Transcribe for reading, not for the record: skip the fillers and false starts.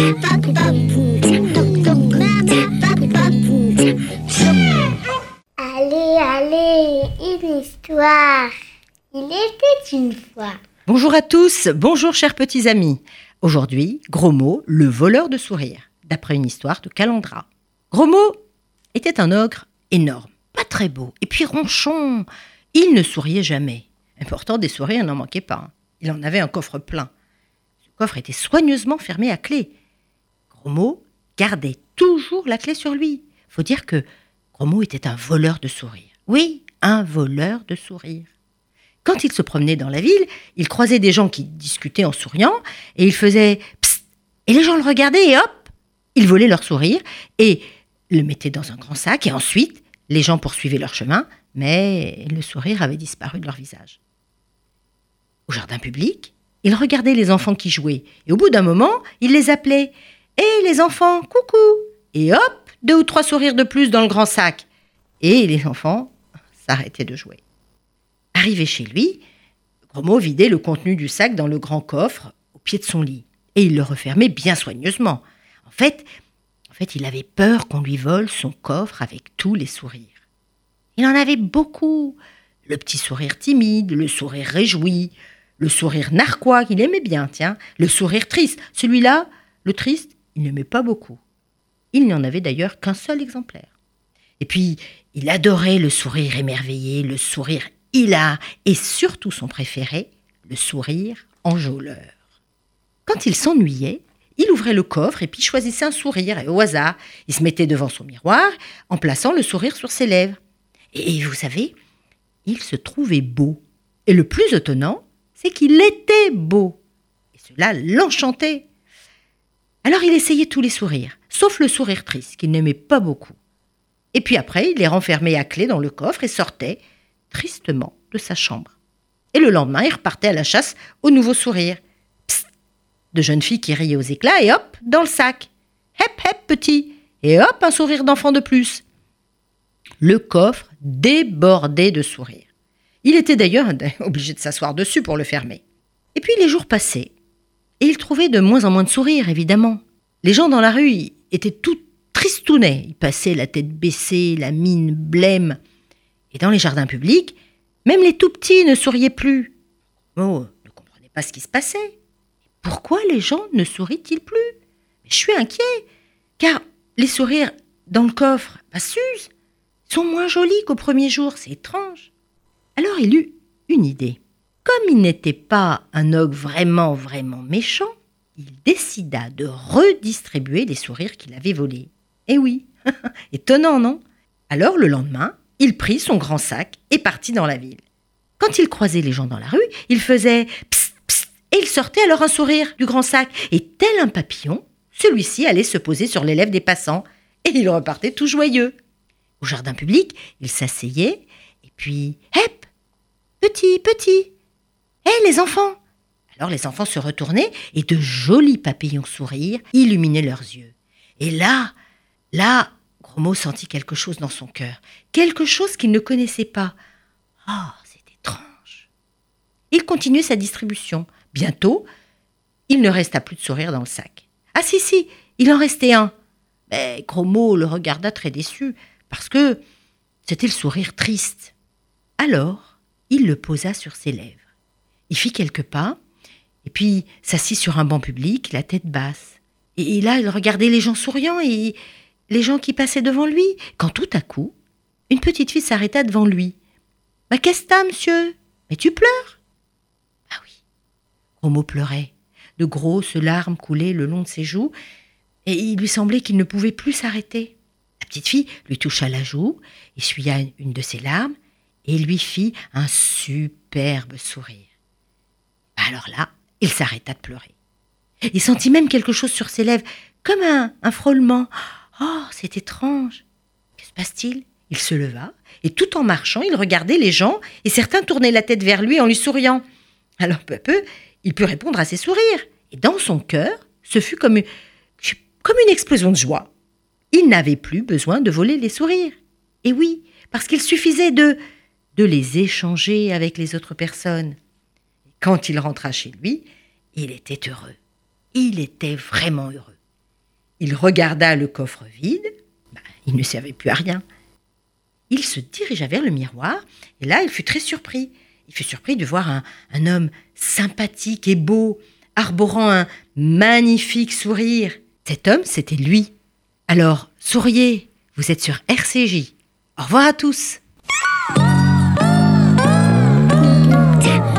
Allez, une histoire. Il était une fois. Bonjour à tous, bonjour chers petits amis. Aujourd'hui, Gros-Mot, le voleur de sourires, d'après une histoire de Calandra. Gros-Mot était un ogre énorme, pas très beau, et puis ronchon. Il ne souriait jamais. Et pourtant, des sourires n'en manquait pas. Il en avait un coffre plein. Ce coffre était soigneusement fermé à clé. Gros-Mot gardait toujours la clé sur lui. Faut dire que Gros-Mot était un voleur de sourires. Oui, un voleur de sourires. Quand il se promenait dans la ville, il croisait des gens qui discutaient en souriant et il faisait « psst » et les gens le regardaient et hop, il volait leur sourire et le mettait dans un grand sac et ensuite, les gens poursuivaient leur chemin, mais le sourire avait disparu de leur visage. Au jardin public, il regardait les enfants qui jouaient et au bout d'un moment, il les appelait « Hé les enfants, coucou !» Et hop, 2 ou 3 sourires de plus dans le grand sac. Et les enfants s'arrêtaient de jouer. Arrivé chez lui, Gros-Mot vidait le contenu du sac dans le grand coffre au pied de son lit. Et il le refermait bien soigneusement. En fait, il avait peur qu'on lui vole son coffre avec tous les sourires. Il en avait beaucoup. Le petit sourire timide, le sourire réjoui, le sourire narquois qu'il aimait bien, tiens, le sourire triste. Celui-là, le triste, il n'aimait pas beaucoup. Il n'y en avait d'ailleurs qu'un seul exemplaire. Et puis, il adorait le sourire émerveillé, le sourire hilar et surtout son préféré, le sourire enjôleur. Quand il s'ennuyait, il ouvrait le coffre et puis choisissait un sourire et au hasard, il se mettait devant son miroir en plaçant le sourire sur ses lèvres. Et vous savez, il se trouvait beau. Et le plus étonnant, c'est qu'il était beau. Et cela l'enchantait. Alors il essayait tous les sourires, sauf le sourire triste qu'il n'aimait pas beaucoup. Et puis après, il les renfermait à clé dans le coffre et sortait tristement de sa chambre. Et le lendemain, il repartait à la chasse au nouveau sourire. Psst, de jeunes filles qui riaient aux éclats et hop, dans le sac. Hep, hep, petit. Et hop, un sourire d'enfant de plus. Le coffre débordait de sourires. Il était d'ailleurs obligé de s'asseoir dessus pour le fermer. Et puis les jours passaient. Et il trouvait de moins en moins de sourires, évidemment. Les gens dans la rue étaient tout tristounets. Ils passaient la tête baissée, la mine blême. Et dans les jardins publics, même les tout-petits ne souriaient plus. Oh, ne comprenait pas ce qui se passait. Pourquoi les gens ne sourient-ils plus? Mais je suis inquiet, car les sourires dans le coffre, s'usent, sont moins jolis qu'au premier jour, c'est étrange. Alors il eut une idée. Comme il n'était pas un ogre vraiment, vraiment méchant, il décida de redistribuer les sourires qu'il avait volés. Eh oui, étonnant, non? Alors le lendemain, il prit son grand sac et partit dans la ville. Quand il croisait les gens dans la rue, il faisait « psst, psst » et il sortait alors un sourire du grand sac. Et tel un papillon, celui-ci allait se poser sur les lèvres des passants et il repartait tout joyeux. Au jardin public, il s'asseyait et puis « Hep, petit, petit, hé les enfants !» Alors les enfants se retournaient et de jolis papillons sourires illuminaient leurs yeux. Et là, Gros-Mot sentit quelque chose dans son cœur, quelque chose qu'il ne connaissait pas. Ah, c'est étrange. Il continuait sa distribution. Bientôt, il ne resta plus de sourire dans le sac. Ah si, il en restait un. Mais Gros-Mot le regarda très déçu, parce que c'était le sourire triste. Alors, il le posa sur ses lèvres. Il fit quelques pas, et puis s'assit sur un banc public, la tête basse. Et là, il regardait les gens souriants et les gens qui passaient devant lui, quand tout à coup, une petite fille s'arrêta devant lui. « Qu'est-ce que t'as, monsieur? Mais tu pleures ?» Ah oui, Gros-Mot pleurait. De grosses larmes coulaient le long de ses joues, et il lui semblait qu'il ne pouvait plus s'arrêter. La petite fille lui toucha la joue, essuya une de ses larmes, et lui fit un superbe sourire. Alors là, il s'arrêta de pleurer. Il sentit même quelque chose sur ses lèvres, comme un frôlement. Oh, c'est étrange. Que se passe-t-il? Il se leva, et tout en marchant, il regardait les gens, et certains tournaient la tête vers lui en lui souriant. Alors peu à peu, il put répondre à ses sourires, et dans son cœur, ce fut comme une explosion de joie. Il n'avait plus besoin de voler les sourires. Et oui, parce qu'il suffisait de les échanger avec les autres personnes. Quand il rentra chez lui, il était heureux. Il était vraiment heureux. Il regarda le coffre vide. Il ne servait plus à rien. Il se dirigea vers le miroir et là, il fut très surpris. Il fut surpris de voir un homme sympathique et beau, arborant un magnifique sourire. Cet homme, c'était lui. Alors, souriez, vous êtes sur RCJ. Au revoir à tous.